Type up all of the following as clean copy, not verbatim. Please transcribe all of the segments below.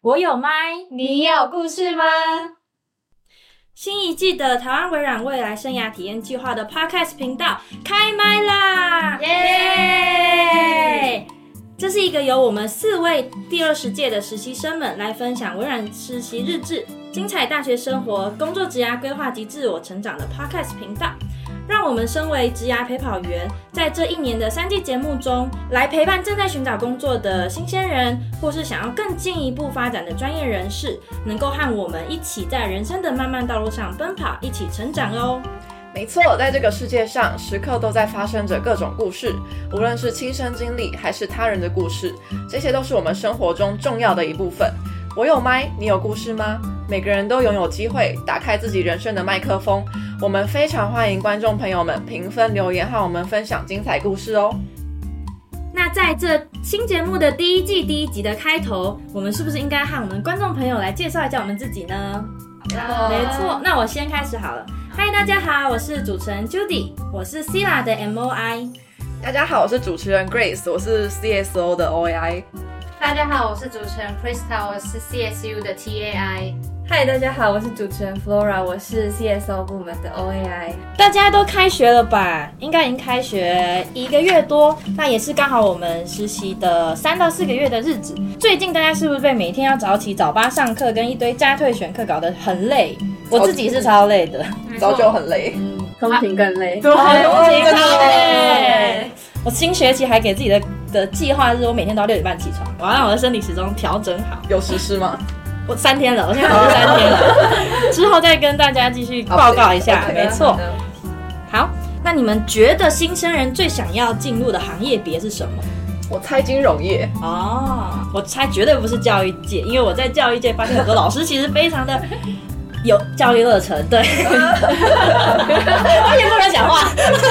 我有麦， 你有故事吗？ 新一季的台湾微软未来生涯体验计划的 Podcast 频道开麦啦！耶！这是一个由我们4位第20届的实习生们来分享微软实习日志、精彩大学生活、工作职涯规划及自我成长的 Podcast 频道。让我们身为职涯陪跑员，在这1年的3季节目中，来陪伴正在寻找工作的新鲜人，或是想要更进一步发展的专业人士，能够和我们一起在人生的漫漫道路上奔跑，一起成长哦。 没错，在这个世界上，时刻都在发生着各种故事，无论是亲身经历还是他人的故事，这些都是我们生活中重要的一部分。我有麦，你有故事吗？每个人都拥有机会打开自己人生的麦克风，我们非常欢迎观众朋友们评分留言和我们分享精彩故事哦。 那在这新节目的第1季第1集的开头，我们是不是应该和我们观众朋友来介绍一下我们自己呢？没错，那我先开始好了。嗨，大家好，我是主持人 Judy， 我是 Sila 的 MOI。 大家好，我是主持人 Grace， 我是 CSO 的 OAI。 大家好，我是主持人 Krista， 我是 CSU 的 TAI。 嗨，大家好，我是主持人 Flora， 我是 CSO 部门的 OAI。 大家都开学了吧？应该已经开学1个月多，那也是刚好我们实习的3到4个月的日子。最近大家是不是被每天要早起早八上课跟一堆加退选课搞得很累？我自己是超累的， 早就很累， 通勤更累， 对，通勤超累。我新学期还给自己的计划是，我每天都要6点半起床，我要让我的生理时钟调整好。 有实施吗？ 我3天了，我现在回去3天了，之后再跟大家继续报告一下。没错。好，那你们觉得新生人最想要进入的行业别是什么？ 我猜金融业。 哦，我猜绝对不是教育界，因为我在教育界发现很多老师其实非常的有教育热忱，对，完全不能讲话。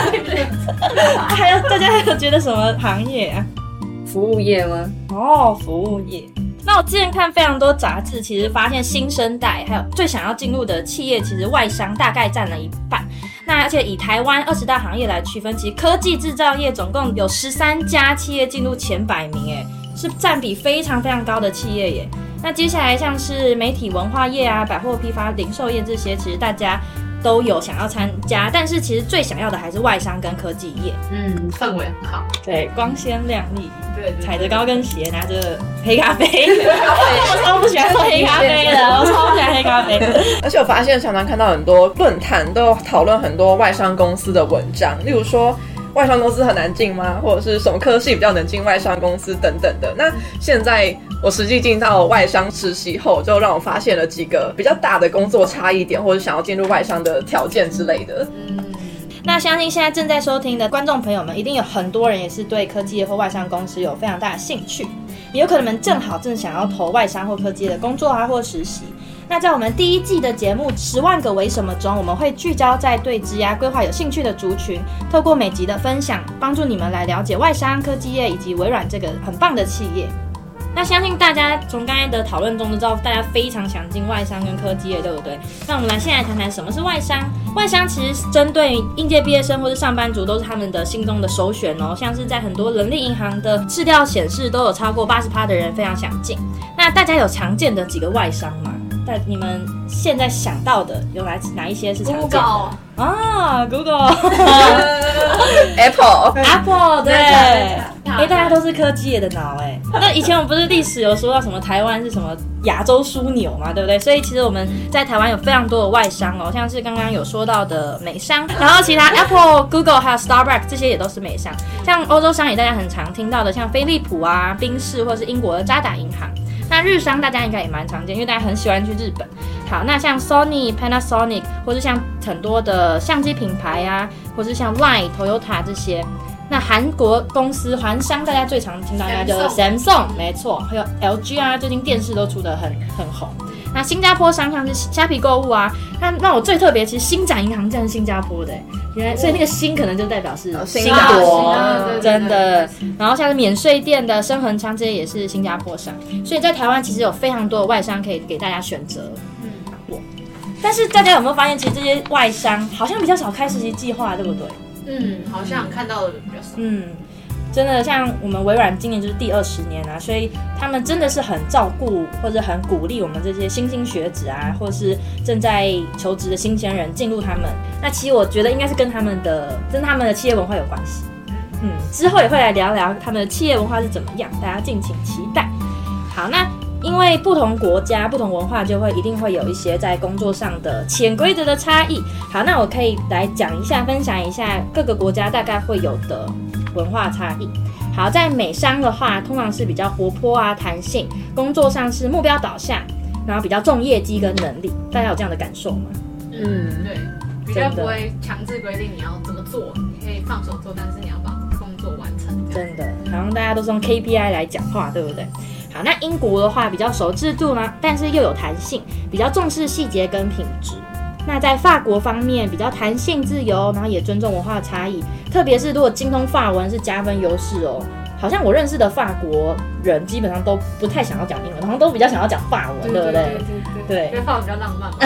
大家还有觉得什么行业啊？ 服务业吗？ 哦，服务业。那我之前看非常多杂志，其实发现新生代还有最想要进入的企业，其实外商大概占了1半。那而且以台湾20大行业来区分，其实科技制造业总共有13家企业进入前100名，是占比非常非常高的企业耶。那接下来像是媒体文化业啊、百货批发、零售业这些，其实大家都有想要参加，但是其实最想要的还是外商跟科技业。 氛围很好， 对，光鲜亮丽， 对， 踩着高跟鞋，拿着黑咖啡。我超不喜欢喝黑咖啡的，我超不喜欢黑咖啡。 而且我发现常常看到很多论坛都有讨论很多外商公司的文章，例如说外商公司很难进吗？或者是什么科系比较能进外商公司等等的。那现在我实际进到外商实习后，就让我发现了几个比较大的工作差异点，或者想要进入外商的条件之类的。 那相信现在正在收听的观众朋友们，一定有很多人也是对科技业或外商公司有非常大的兴趣，也有可能们正想要投外商或科技业的工作啊，或实习。那在我们第1季的节目10万个为什么中，我们会聚焦在对职涯规划有兴趣的族群，透过每集的分享，帮助你们来了解外商、科技业以及微软这个很棒的企业。那相信大家从刚才的讨论中就知道，大家非常想进外商跟科技业，对不对？那我们现在来谈谈什么是外商。外商其实针对应届毕业生或是上班族，都是他们的心中的首选哦。像是在很多人力银行的市调显示，都有超过80%的人非常想进。那大家有常见的几个外商吗？但你们现在想到的有哪一些是常见的？ Google Apple 对，大家都是科技业的脑那以前我们不是历史有说到什么台湾是什么亚洲枢纽嘛，对不对？所以其实我们在台湾有非常多的外商哦，像是刚刚有说到的美商，然后其他 Apple、Google 还有 Starbucks 这些也都是美商。像欧洲商也大家很常听到的，像飞利浦啊、宾士或是英国的渣打银行。那日商大家应该也蛮常见，因为大家很喜欢去日本。好，那像 Sony、Panasonic 或是像很多的相机品牌啊，或是像 Line、Toyota 这些。那韩国公司韩商大家最常听到应该就是 Samsung， 没错，还有 LG 啊，最近电视都出得很红。那新加坡商像是虾皮购物啊，那我最特别，其实星展银行竟然是新加坡的，原来所以那个新可能就代表是新国，真的。然后像是免税店的深恒昌这些也是新加坡商，所以在台湾其实有非常多的外商可以给大家选择。但是大家有没有发现，其实这些外商好像比较少开实习计划，对不对？ 好像看到的比较少。 真的像我们微软今年就是第20年啊，所以他们真的是很照顾或者很鼓励我们这些新兴学子啊，或是正在求职的新鲜人进入他们。那其实我觉得应该是跟他们的企业文化有关系。之后也会来聊聊他们的企业文化是怎么样，大家敬请期待。好，那因为不同国家、不同文化，就会一定会有一些在工作上的潜规则的差异。好，那我可以来讲一下、分享一下各个国家大概会有的文化差异。好，在美商的话，通常是比较活泼啊、弹性，工作上是目标导向，然后比较重业绩跟能力。大家有这样的感受吗？ 对，比较不会强制规定你要怎么做，你可以放手做，但是你要把工作完成。 真的，好像大家都是用 KPI 来讲话，对不对？好，那英国的话比较守制度呢，但是又有弹性，比较重视细节跟品质。那在法国方面比较弹性自由，然后也尊重文化差异，特别是如果精通法文是加分优势哦。好像我认识的法国人基本上都不太想要讲英文，好像都比较想要讲法文，对不对？对， 因为法文比较浪漫嘛。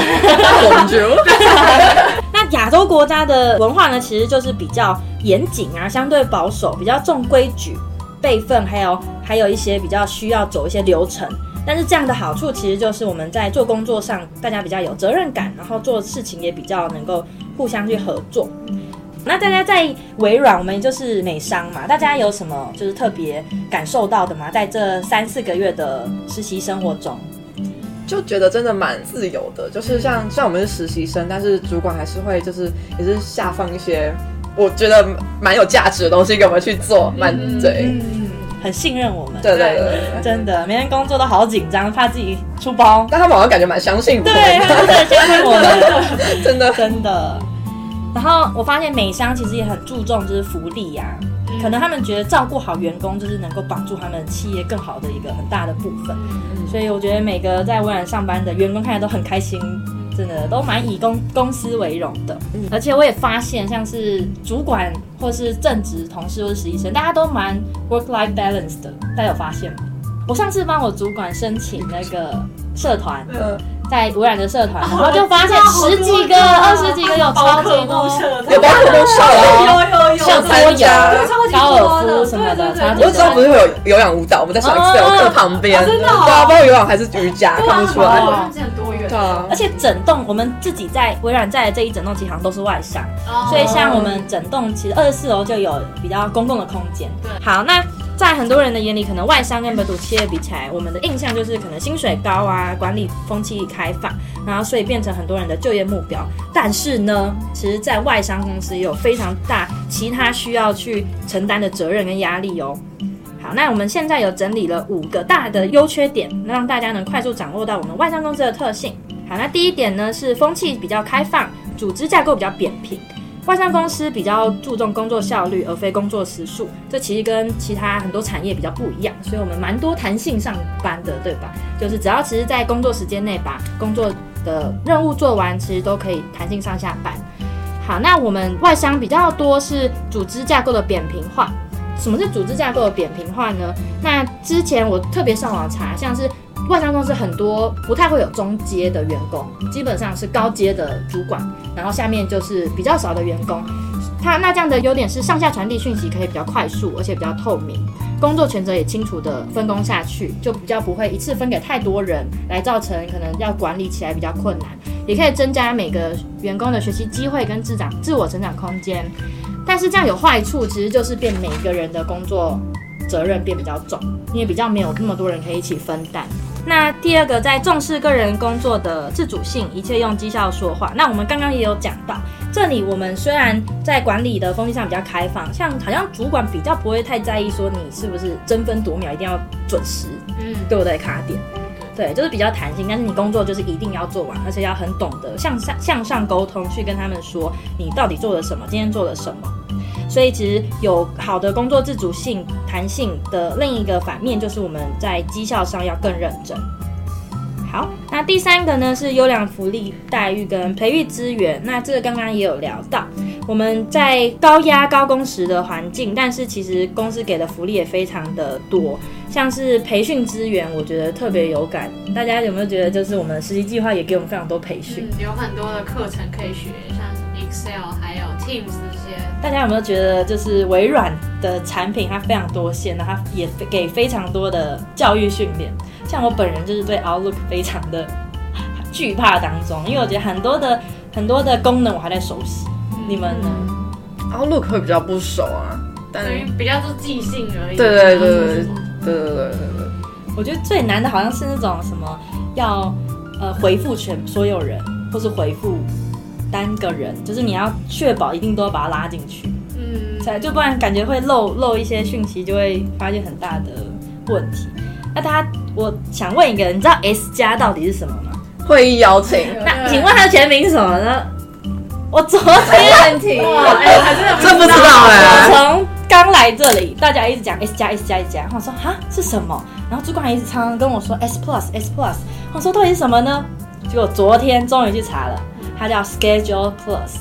那亚洲国家的文化呢，其实就是比较严谨啊，相对保守，比较重规矩、辈分，还有一些比较需要走一些流程。但是这样的好处其实就是我们在做工作上，大家比较有责任感，然后做事情也比较能够互相去合作。那大家在微软，我们就是美商嘛，大家有什么就是特别感受到的吗？在这3-4个月的实习生活中， 就觉得真的蛮自由的，就是虽然我们是实习生，但是主管还是会也是下放一些我觉得蛮有价值的东西给我们去做， 很信任我们。 对， 真的，每天工作都好紧张，怕自己出包。 但他们好像感觉蛮相信我们， 对，他们真的相信我们， 真的。 然后我发现美商其实也很注重就是福利啊，可能他们觉得照顾好员工就是能够帮助他们企业更好的一个很大的部分。所以我觉得每个在微软上班的员工看起来都很开心，真的都蛮以公司为荣的。而且我也发现，像是主管或是正职同事或是实习生，大家都蛮 work-life balance 的。大家有发现吗？我上次帮我主管申请那个社团，在微软的社团，然后就发现10几个、20几个，有超级多， 有包括多少啊？ 像多雅、高尔夫什么的， 我知道不是会有有氧舞蹈，我们在上 Excel 课旁边，对啊，包括有氧还是瑜伽，看不出来， 很多元。 对啊， 而且整栋我们自己在微软在的这一整栋，其实好像都是外商，所以像我们整栋其实24楼就有比较公共的空间。好，那在很多人的眼里，可能外商跟本土企业比起来，我们的印象就是可能薪水高啊，管理风气开放，然后所以变成很多人的就业目标。但是呢，其实在外商公司也有非常大其他需要去承担的责任跟压力哦。好，那我们现在有整理了5个大的优缺点，让大家能快速掌握到我们外商公司的特性。好，那第一点呢是风气比较开放，组织架构比较扁平。外商公司比较注重工作效率而非工作时数，这其实跟其他很多产业比较不一样，所以我们蛮多弹性上班的，对吧？就是只要其实在工作时间内把工作的任务做完，其实都可以弹性上下班。好，那我们外商比较多是组织架构的扁平化。什么是组织架构的扁平化呢？那之前我特别上网查，像是外商公司很多不太会有中阶的员工，基本上是高阶的主管，然后下面就是比较少的员工。那这样的优点是上下传递讯息可以比较快速，而且比较透明，工作权责也清楚的分工下去，就比较不会一次分给太多人，来造成可能要管理起来比较困难，也可以增加每个员工的学习机会跟自我成长空间。但是这样有坏处，其实就是变每个人的工作责任变比较重，因为比较没有那么多人可以一起分担。那第二个，在重视个人工作的自主性，一切用绩效说话。那我们刚刚也有讲到，这里我们虽然在管理的风气上比较开放，好像主管比较不会太在意说你是不是争分夺秒一定要准时，对不对？卡点，对，就是比较弹性，但是你工作就是一定要做完，而且要很懂得向上沟通，去跟他们说你到底做了什么，今天做了什么。所以其实有好的工作自主性、弹性的另一个反面，就是我们在绩效上要更认真。好，那第3个呢是优良福利待遇跟培育资源。那这个刚刚也有聊到，我们在高压高工时的环境，但是其实公司给的福利也非常的多，像是培训资源，我觉得特别有感。大家有没有觉得，就是我们实习计划也给我们非常多培训， 有很多的课程可以学，像 Excel 还有 Teams 这些。 大家有没有觉得，就是微软的产品它非常多线，它也给非常多的教育训练。像我本人就是对 Outlook 非常的惧怕当中，因为我觉得很多的功能我还在熟悉。你们呢 ？Outlook 会比较不熟啊，但比较是记性而已。 对。 我觉得最难的好像是那种什么要回复所有人，或是回复单个人，就是你要确保一定都要把它拉进去，就不然感觉会漏一些讯息，就会发现很大的问题。那我想问一个，你知道 S 加到底是什么吗？ 会议邀请。 那请问它的全名是什么呢？我昨天问题， 哇，还真的这不知道我从刚来这里，大家一直讲 S 加 S 加 S 加，然后我说哈是什么？然后主管一直常常跟我说 S Plus S Plus， 我说到底是什么呢？结果昨天终于去查了，它叫 Schedule Plus。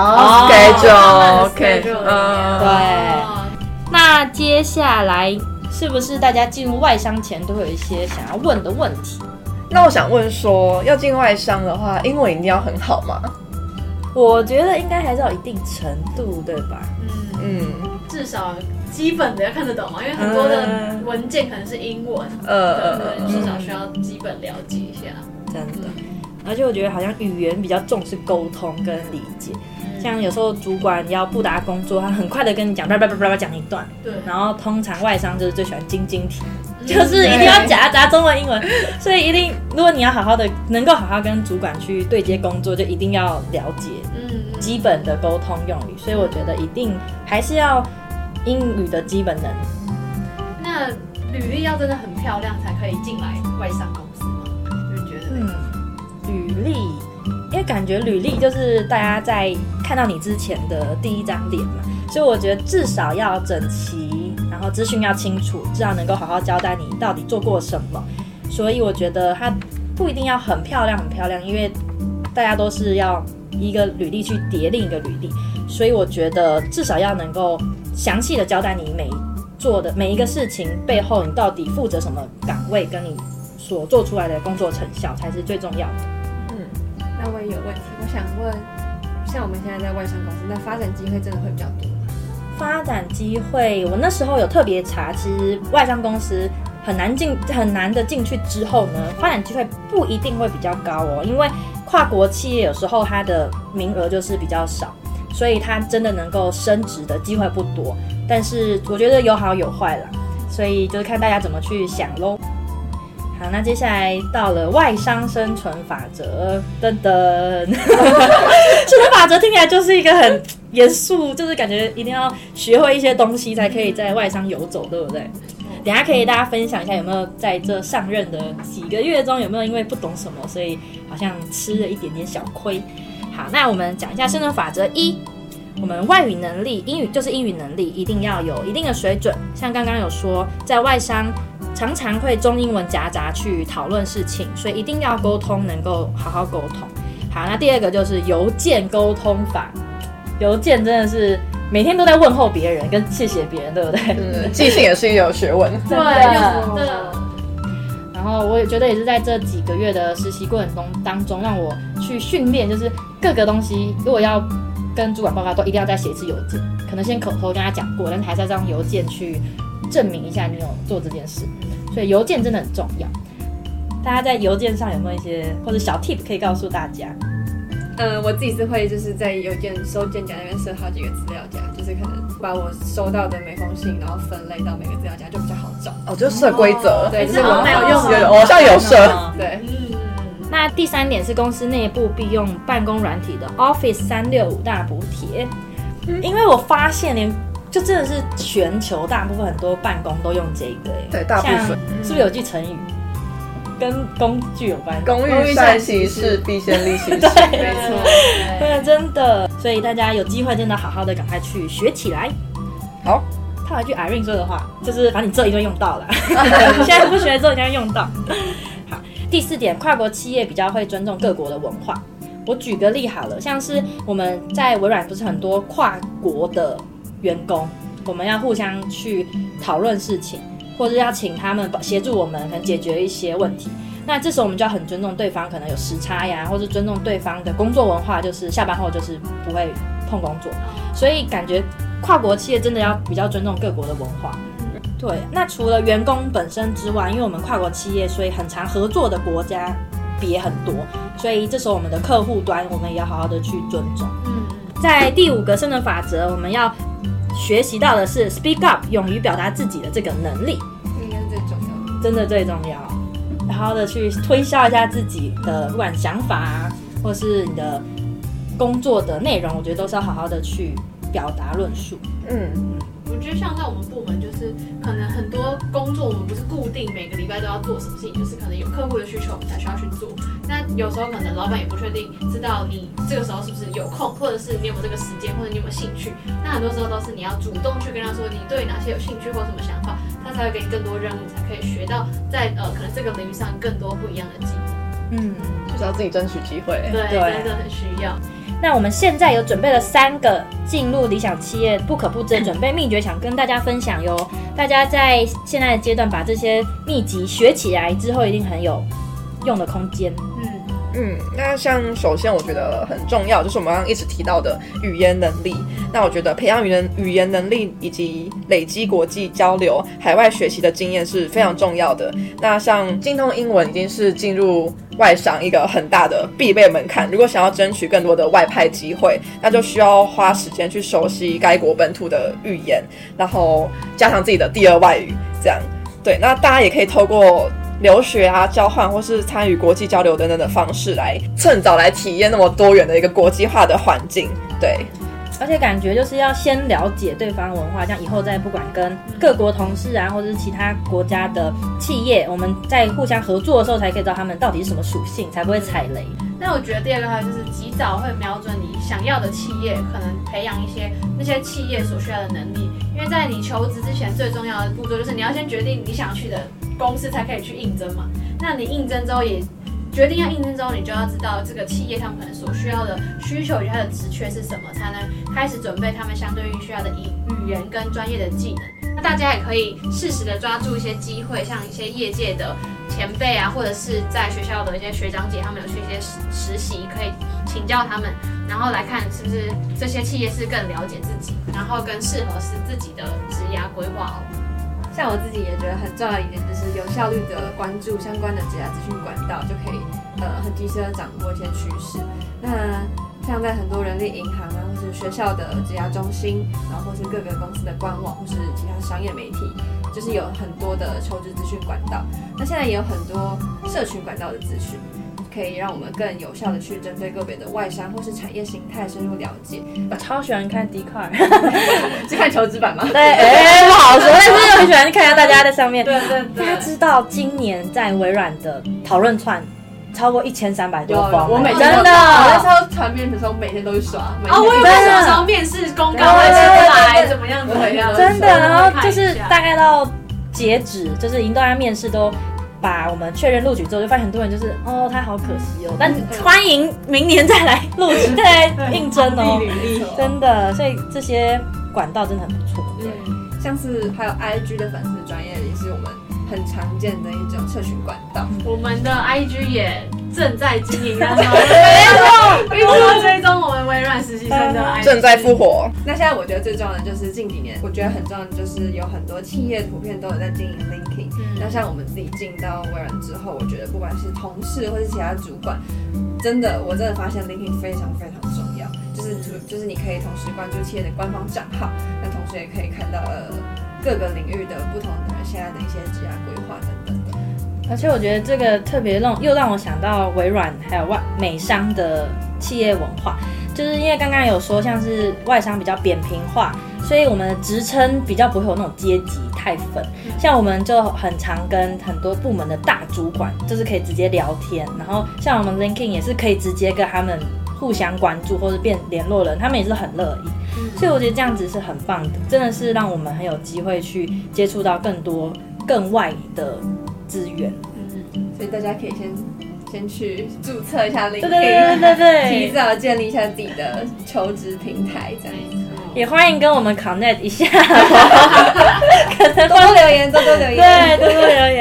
Schedule OK， 对。那接下来是不是大家进入外商前都会有一些想要问的问题？ 那我想问说，要进外商的话，英文一定要很好吗？ 我觉得应该还是有一定程度，对吧？ 至少基本的要看得懂嘛，因为很多的文件可能是英文，至少需要基本了解一下。 真的，而且我觉得好像语言比较重视沟通跟理解。像有时候主管要布达工作，他很快的跟你讲，叭讲一段， 对。 然后通常外商就是最喜欢晶晶体，就是一定要夹杂中文英文，所以一定如果你要能够好好跟主管去对接工作，就一定要了解基本的沟通用语。所以我觉得一定还是要英语的基本能力。 那履历要真的很漂亮才可以进来外商公司吗？你觉得？ 履历。因为感觉履历就是大家在看到你之前的第一张脸嘛，所以我觉得至少要整齐，然后资讯要清楚，至少能够好好交代你到底做过什么。所以我觉得它不一定要很漂亮，因为大家都是要一个履历去叠另一个履历，所以我觉得至少要能够详细的交代你做的每一个事情背后你到底负责什么岗位，跟你所做出来的工作成效才是最重要的。 那我也有问题，我想问，像我们现在在外商公司，那发展机会真的会比较多吗？ 发展机会，我那时候有特别查，其实外商公司很难的进去之后呢，发展机会不一定会比较高哦，因为跨国企业有时候它的名额就是比较少，所以它真的能够升职的机会不多。但是我觉得有好有坏啦，所以就是看大家怎么去想咯。好，那接下来到了外商生存法则，生存法则听起来就是一个很严肃，就是感觉一定要学会一些东西才可以在外商游走，对不对？等一下可以大家分享一下有没有在这上任的几个月中有没有因为不懂什么，所以好像吃了一点点小亏。好，那我们讲一下生存法则1，我们外语能力，英语能力一定要有一定的水准，像刚刚有说在外商常常会中英文夹杂去讨论事情，所以一定要沟通，能够好好沟通。好，那第二个就是邮件沟通法。邮件真的是每天都在问候别人跟谢谢别人，对不对？ 记性也是一个学问。 对，然后我也觉得也是在这几个月的实习过程当中，让我去训练，就是各个东西如果要跟主管报告，都一定要再写一次邮件，可能先口头跟他讲过，但是还是要用邮件去证明一下你有做这件事，所以邮件真的很重要。大家在邮件上有没有一些或者小 tip 可以告诉大家？ 我自己是会就是在邮件收件夹那边设好几个资料夹，就是可能把我收到的每封信，然后分类到每个资料夹，就比较好找。 哦，就设规则。 对，就是我没有用， 好像有设。 对。 那第3点是公司内部必用办公软体的 Office 365大补帖，因为我发现就真的是全球大部分很多办公都用这个。 对，大部分。 是不是有句成语？跟工具有关， 工欲善其事，必先利其器。 对， 没错， 对，真的。所以大家有机会真的好好的赶快去学起来。 好， 套一句 Irene 说的话，就是反正你这一定会用到了，现在不学之后一定会用到。好，第4点，跨国企业比较会尊重各国的文化。我举个例好了，像是我们在微软不是很多跨国的员工，我们要互相去讨论事情。或者要请他们协助我们，可能解决一些问题。那这时候我们就要很尊重对方，可能有时差呀，或是尊重对方的工作文化，就是下班后就是不会碰工作。所以感觉跨国企业真的要比较尊重各国的文化。对，那除了员工本身之外，因为我们跨国企业，所以很常合作的国家也很多，所以这时候我们的客户端我们也要好好的去尊重。在第5个生存法则，我们要学习到的是 speak up， 勇于表达自己的这个能力， 应该是最重要的， 真的最重要。好好的去推销一下自己的不管想法啊，或是你的工作的内容，我觉得都是要好好的去表达论述。 我觉得像在我们部门，就是可能很多工作我们不是固定每个礼拜都要做什么事情，就是可能有客户的需求我们才需要去做。那有时候可能老板也不确定知道你这个时候是不是有空，或者是你有没有这个时间，或者你有没有兴趣。那很多时候都是你要主动去跟他说你对哪些有兴趣或什么想法，他才会给你更多任务，才可以学到在可能这个领域上更多不一样的技能。 就是要自己争取机会。 对，真的很需要。 那我们现在有准备了3个进入理想企业不可不知的准备秘诀，想跟大家分享哟。大家在现在的阶段把这些秘籍学起来之后，一定很有用的空间。 那像首先我觉得很重要，就是我们刚刚一直提到的语言能力。那我觉得培养语言能力以及累积国际交流、海外学习的经验是非常重要的。那像精通英文已经是进入外商一个很大的必备门槛。如果想要争取更多的外派机会，那就需要花时间去熟悉该国本土的语言，然后加上自己的第2外语，这样。对，那大家也可以透过留学啊、交换或是参与国际交流等等的方式来趁早来体验那么多元的一个国际化的环境。对， 而且感觉就是要先了解对方文化，这样以后再不管跟各国同事啊，或者是其他国家的企业，我们在互相合作的时候才可以知道他们到底是什么属性，才不会踩雷。 那我觉得第2个还有就是及早会瞄准你想要的企业，可能培养一些那些企业所需要的能力。因为在你求职之前，最重要的步骤就是你要先决定你想去的公司，才可以去应征嘛。那你应征之后也决定要应征之后，你就要知道这个企业他们可能所需要的需求以及它的职缺是什么，才能开始准备他们相对应需要的语言跟专业的技能。那大家也可以适时的抓住一些机会，像一些业界的前辈啊，或者是在学校的一些学长姐，他们有去一些实习，可以请教他们，然后来看是不是这些企业是更了解自己，然后更适合是自己的职涯规划哦。 像我自己也觉得很重要的一点，就是有效率的关注相关的职涯资讯管道，就可以很及时的掌握一些趋势。那像在很多人力银行啊，或是学校的职涯中心，然后或是各个公司的官网，或是其他商业媒体，就是有很多的求职资讯管道。那现在也有很多社群管道的资讯，可以让我们更有效的去针对个别的外商或是产业形态深入了解。 我超喜欢看 Dcard， 是看求职版吗？ 对，不好说，但是我很喜欢看一下大家在上面。 对， 大家知道今年在微软的讨论串超过1300多封， 我每天真的， 我那时候传面的时候每天都去刷。 我以为什么时候面试公告会出来，怎么样？ 真的，然后就是大概到截止，就是已经都在面试都。把我们确认录取之后，就发现很多人就是他好可惜哦，但欢迎明年再来录取，再来应征哦，真的，所以这些管道真的很不错。 对，像是还有 IG 的粉丝专页也是我们很常见的一种社群管道。 我们的 IG 也正在经营当中，没错，追踪我们微软实习生的 IG 正在复活。 那现在我觉得最重要的就是近几年，我觉得很重要的就是有很多企业普遍都有在经营 LinkedIn。那像我们自己进到微软之后，我觉得不管是同事或是其他主管，我真的发现 LinkedIn 非常非常重要。就是你可以同时关注企业的官方账号，那同时也可以看到各个领域的不同的人现在的一些职业规划等等的。 而且我觉得这个特别又让我想到微软还有美商的企业文化，就是因为刚刚有说像是外商比较扁平化，所以我们的职称比较不会有那种阶级太分。像我们就很常跟很多部门的大主管就是可以直接聊天，然后像我们 LinkedIn 也是可以直接跟他们互相关注或者变联络人，他们也是很乐意。所以我觉得这样子是很棒的，真的是让我们很有机会去接触到更多更外的资源。 所以大家可以先去注册一下 LinkedIn， 对， 提早建立一下自己的求职平台，这样也欢迎跟我们 connect 一下， 多多留言，多多留言， 对，多多留言。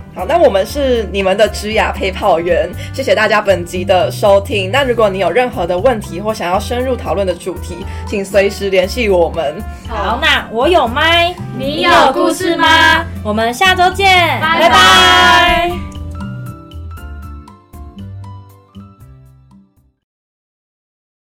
好，那我们是你们的职涯陪跑员，谢谢大家本集的收听。那如果你有任何的问题或想要深入讨论的主题，请随时联系我们。 好，那我有麦， 你有故事吗？ 我们下周见， 拜拜。